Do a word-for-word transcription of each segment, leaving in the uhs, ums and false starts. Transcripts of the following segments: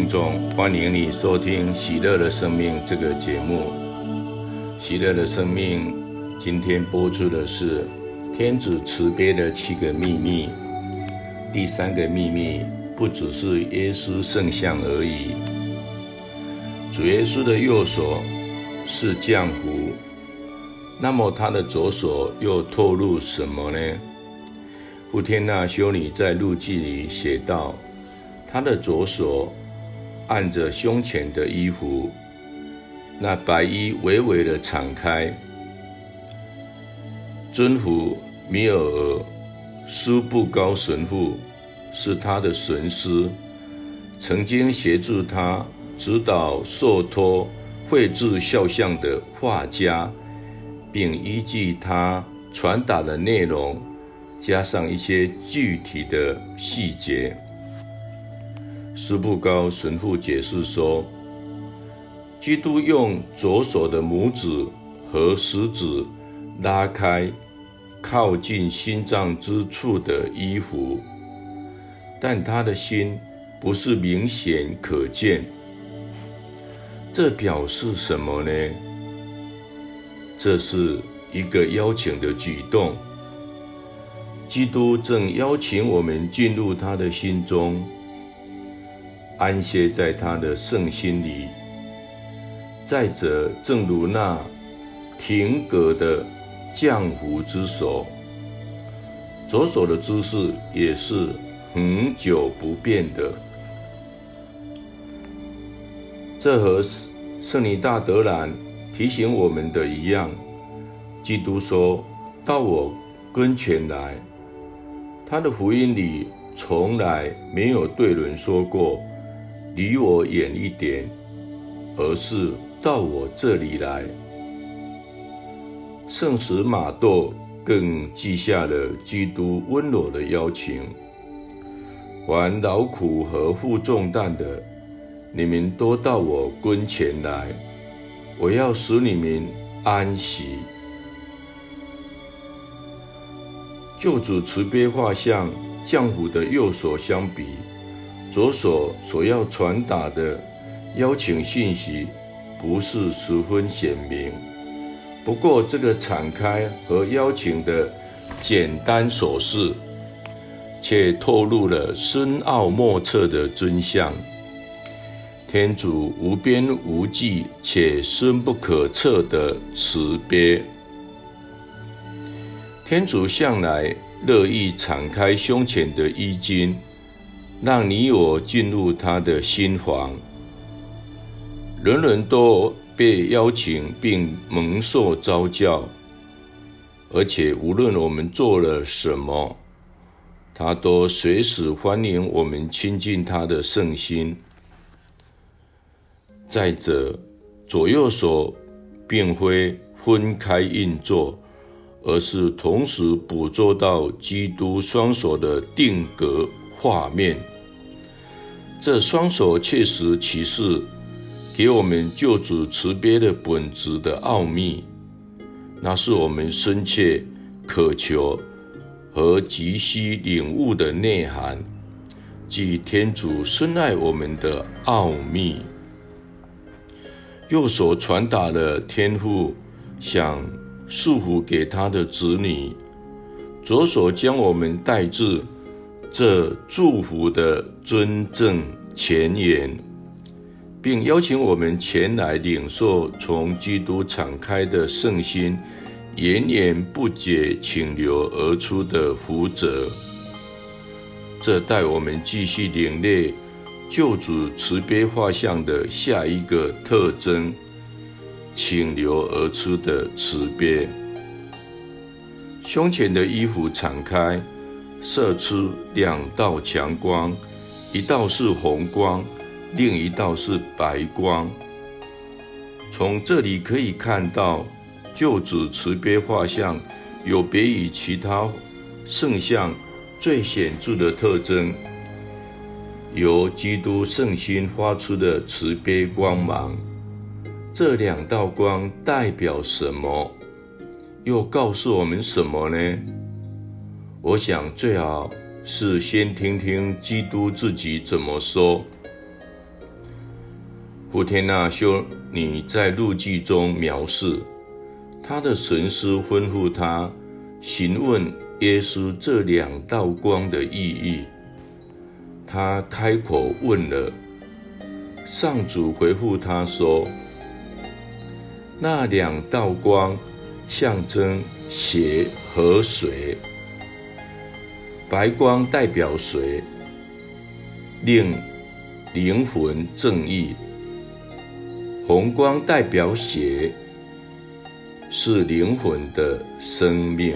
听众，欢迎你收听喜乐的生命这个节目。喜乐的生命今天播出的是天主慈悲的七个秘密。第三个秘密不只是耶稣圣像而已。主耶稣的右手是浆糊，那么他的左手又透露什么呢？傅天娜修女在日记里写道，他的左手按着胸前的衣服，那白衣微微的敞开。尊父米尔尔苏布高神父是他的神师，曾经协助他指导受托绘制肖像的画家，并依据他传达的内容加上一些具体的细节。苏布高神父解释说，基督用左手的拇指和食指拉开靠近心脏之处的衣服，但他的心不是明显可见。这表示什么呢？这是一个邀请的举动。基督正邀请我们进入他的心中，安歇在他的圣心里。再者，正如那停格的浆糊之手，左手的姿势也是恒久不变的。这和圣尼大德兰提醒我们的一样，基督说到我跟前来，他的福音里从来没有对人说过离我远一点，而是到我这里来。圣使马窦更记下了基督温柔的邀请，凡劳苦和负重担的，你们都到我跟前来，我要使你们安息。救主慈悲画像浆糊的右手相比，左手所要传达的邀请信息不是十分显明。不过这个敞开和邀请的简单手势，却透露了深奥莫测的真相。天主无边无际且深不可测的慈悲。天主向来乐意敞开胸前的衣襟，让你我进入他的心房。人人都被邀请并蒙受召叫，而且无论我们做了什么，他都随时欢迎我们亲近他的圣心。再者，左右手并非分开运作，而是同时捕捉到基督双手的定格画面。这双手确实启示给我们救主慈悲的本质的奥秘，那是我们深切渴求和急需领悟的内涵，即天主深爱我们的奥秘。右手传达了天父想束缚给他的子女，左手将我们带至这祝福的真正前沿，并邀请我们前来领受从基督敞开的圣心源源不绝倾流而出的福泽。这带我们继续领略救主慈悲画像的下一个特征，倾流而出的慈悲。胸前的衣服敞开，射出两道强光，一道是红光，另一道是白光。从这里可以看到，救主慈悲画像有别于其他圣像最显著的特征，由基督圣心发出的慈悲光芒。这两道光代表什么？又告诉我们什么呢？我想最好是先听听基督自己怎么说。 福田纳修女在日记中描述，他的神师吩咐他询问耶稣这两道光的意义。他开口问了，上主回复他说，那两道光象征血和水，白光代表水，令灵魂正义；红光代表血，是灵魂的生命。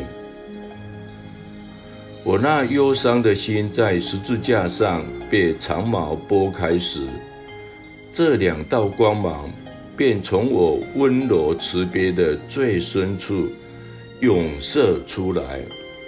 我那忧伤的心在十字架上被长矛拨开时，这两道光芒便从我温柔慈悲的最深处涌射出来。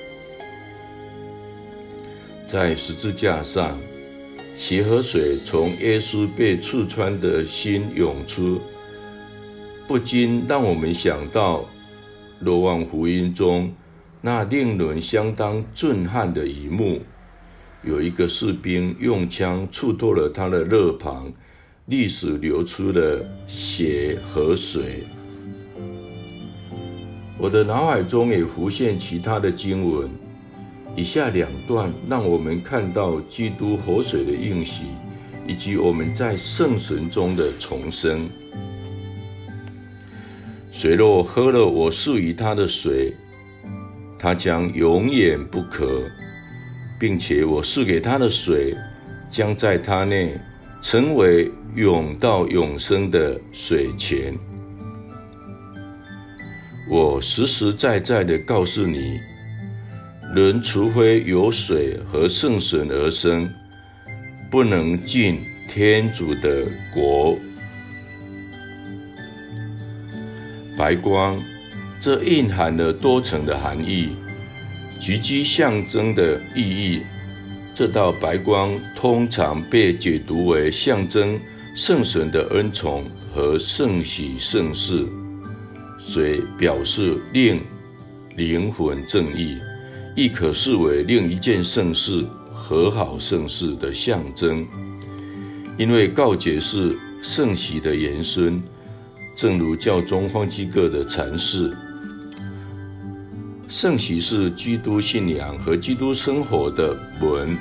在十字架上，血和水从耶稣被刺穿的心涌出，不禁让我们想到若望福音中那令人相当震撼的一幕，有一个士兵用枪刺透了他的肋旁，立时流出了血和水。我的脑海中也浮现其他的经文，以下两段让我们看到基督活水的应许，以及我们在圣神中的重生。谁若喝了我赐予他的水，他将永远不渴，并且我赐给他的水将在他内成为永到永生的水泉。我实实在在地告诉你，人除非有水和圣神而生，不能进天主的国。白光，这蕴含了多层的含义，极具象征的意义。这道白光通常被解读为象征圣神的恩宠和圣喜圣事，水表示令灵魂正义，亦可视为另一件圣事和好圣事的象征。因为告解是圣喜的延伸，正如教宗方济各的阐释，圣喜是基督信仰和基督生活的门。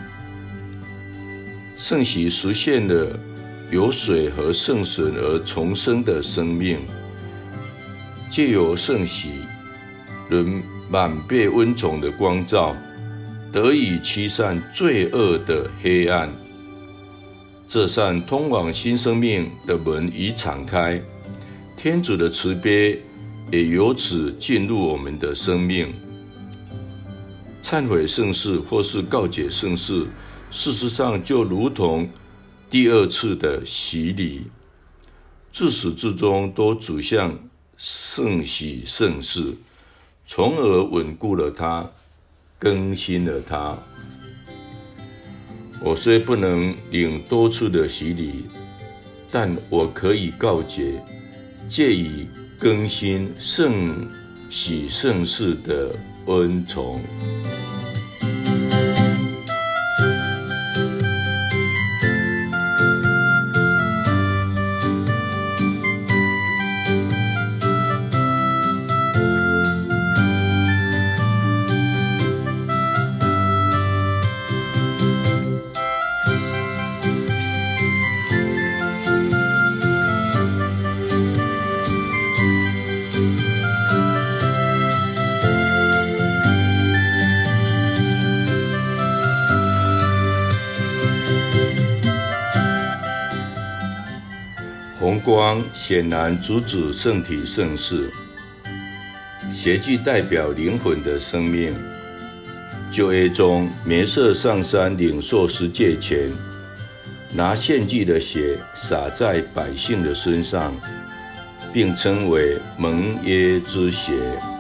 圣喜实现了由水和圣神而重生的生命，借由圣喜，人满被恩宠的光照，得以驱散罪恶的黑暗。这扇通往新生命的门已敞开，天主的慈悲也由此进入我们的生命。忏悔圣事或是告解圣事，事实上就如同第二次的洗礼，自始至终都指向圣洗圣事，从而稳固了它，更新了它。我虽不能领多次的洗礼，但我可以告解，借以更新圣洗圣事的恩宠。红光显然主指圣体圣事，血迹代表灵魂的生命。旧约中，梅瑟上山领受十诫前，拿献祭的血洒在百姓的身上，并称为盟约之血。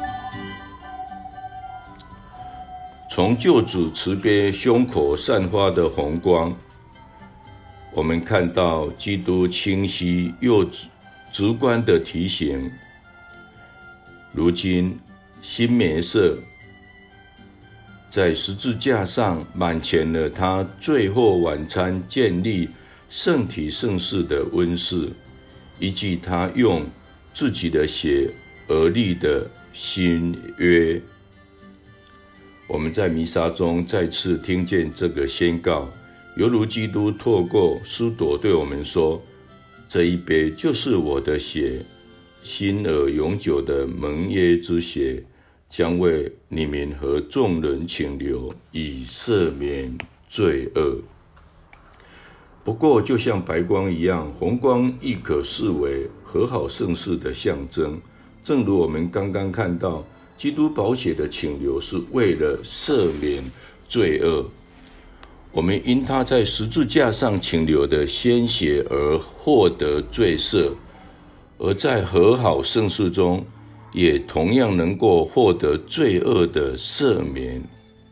从救主慈悲胸口散发的红光，我们看到基督清晰又直观的提醒，如今新梅瑟在十字架上满全了他最后晚餐建立圣体圣事的温室， 依据他用自己的血而立的新约。我们在弥撒中再次听见这个宣告，犹如基督透过司铎对我们说，这一杯就是我的血，新而永久的盟约之血，将为你们和众人请流，以赦免罪恶。不过就像白光一样，红光亦可视为和好圣事的象征。正如我们刚刚看到，基督宝血的请流是为了赦免罪恶，我们因他在十字架上请流的鲜血而获得罪赦，而在和好圣事中也同样能够获得罪恶的赦免。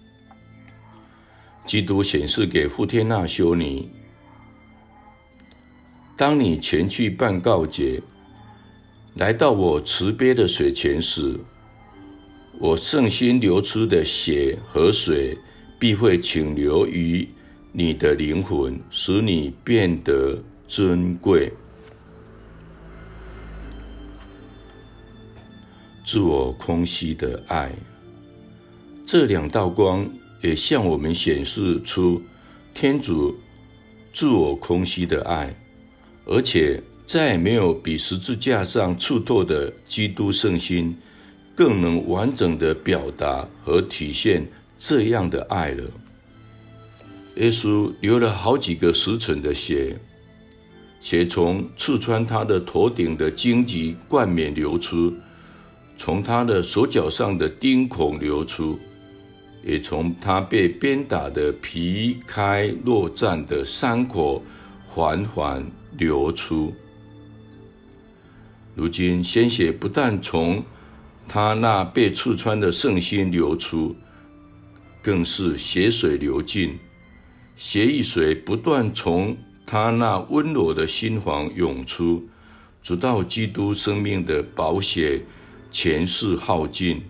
基督显示给富天那修女，当你前去办告解，来到我慈悲的水前时，我圣心流出的血和水必会倾流于你的灵魂，使你变得尊贵。自我空虚的爱，这两道光也向我们显示出天主自我空虚的爱，而且再也没有比十字架上触透的基督圣心更能完整的表达和体现这样的爱了。耶稣流了好几个时辰的血，血从刺穿他的头顶的荆棘冠冕流出，从他的手脚上的钉孔流出，也从他被鞭打的皮开肉绽的伤口缓缓流出。如今鲜血不但从他那被刺穿的圣心流出，更是血水流尽，血与水不断从他那温柔的心房涌出，直到基督生命的宝血全是耗尽，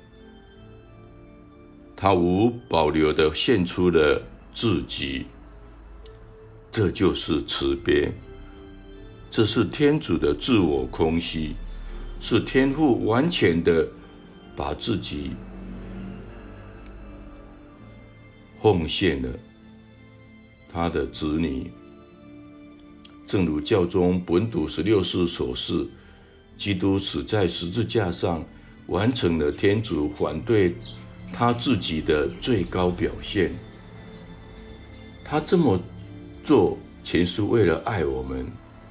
他无保留地献出了自己。这就是慈悲，这是天主的自我空虚，是天父完全的把自己奉献了他的子女。正如教宗本笃十六世所示，基督死在十字架上，完成了天主反对他自己的最高表现。他这么做全是为了爱我们。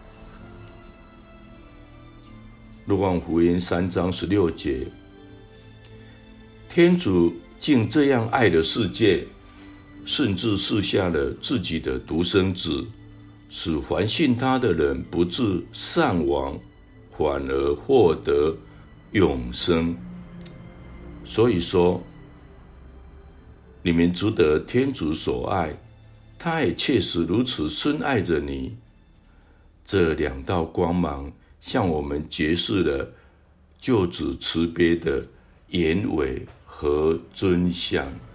若望福音三章十六节，天主竟这样爱了世界，甚至赐下了自己的独生子，使凡信他的人不致丧亡，反而获得永生。所以说，你们值得天主所爱，他也确实如此深爱着你。这两道光芒向我们揭示了救主慈悲的原委和真相。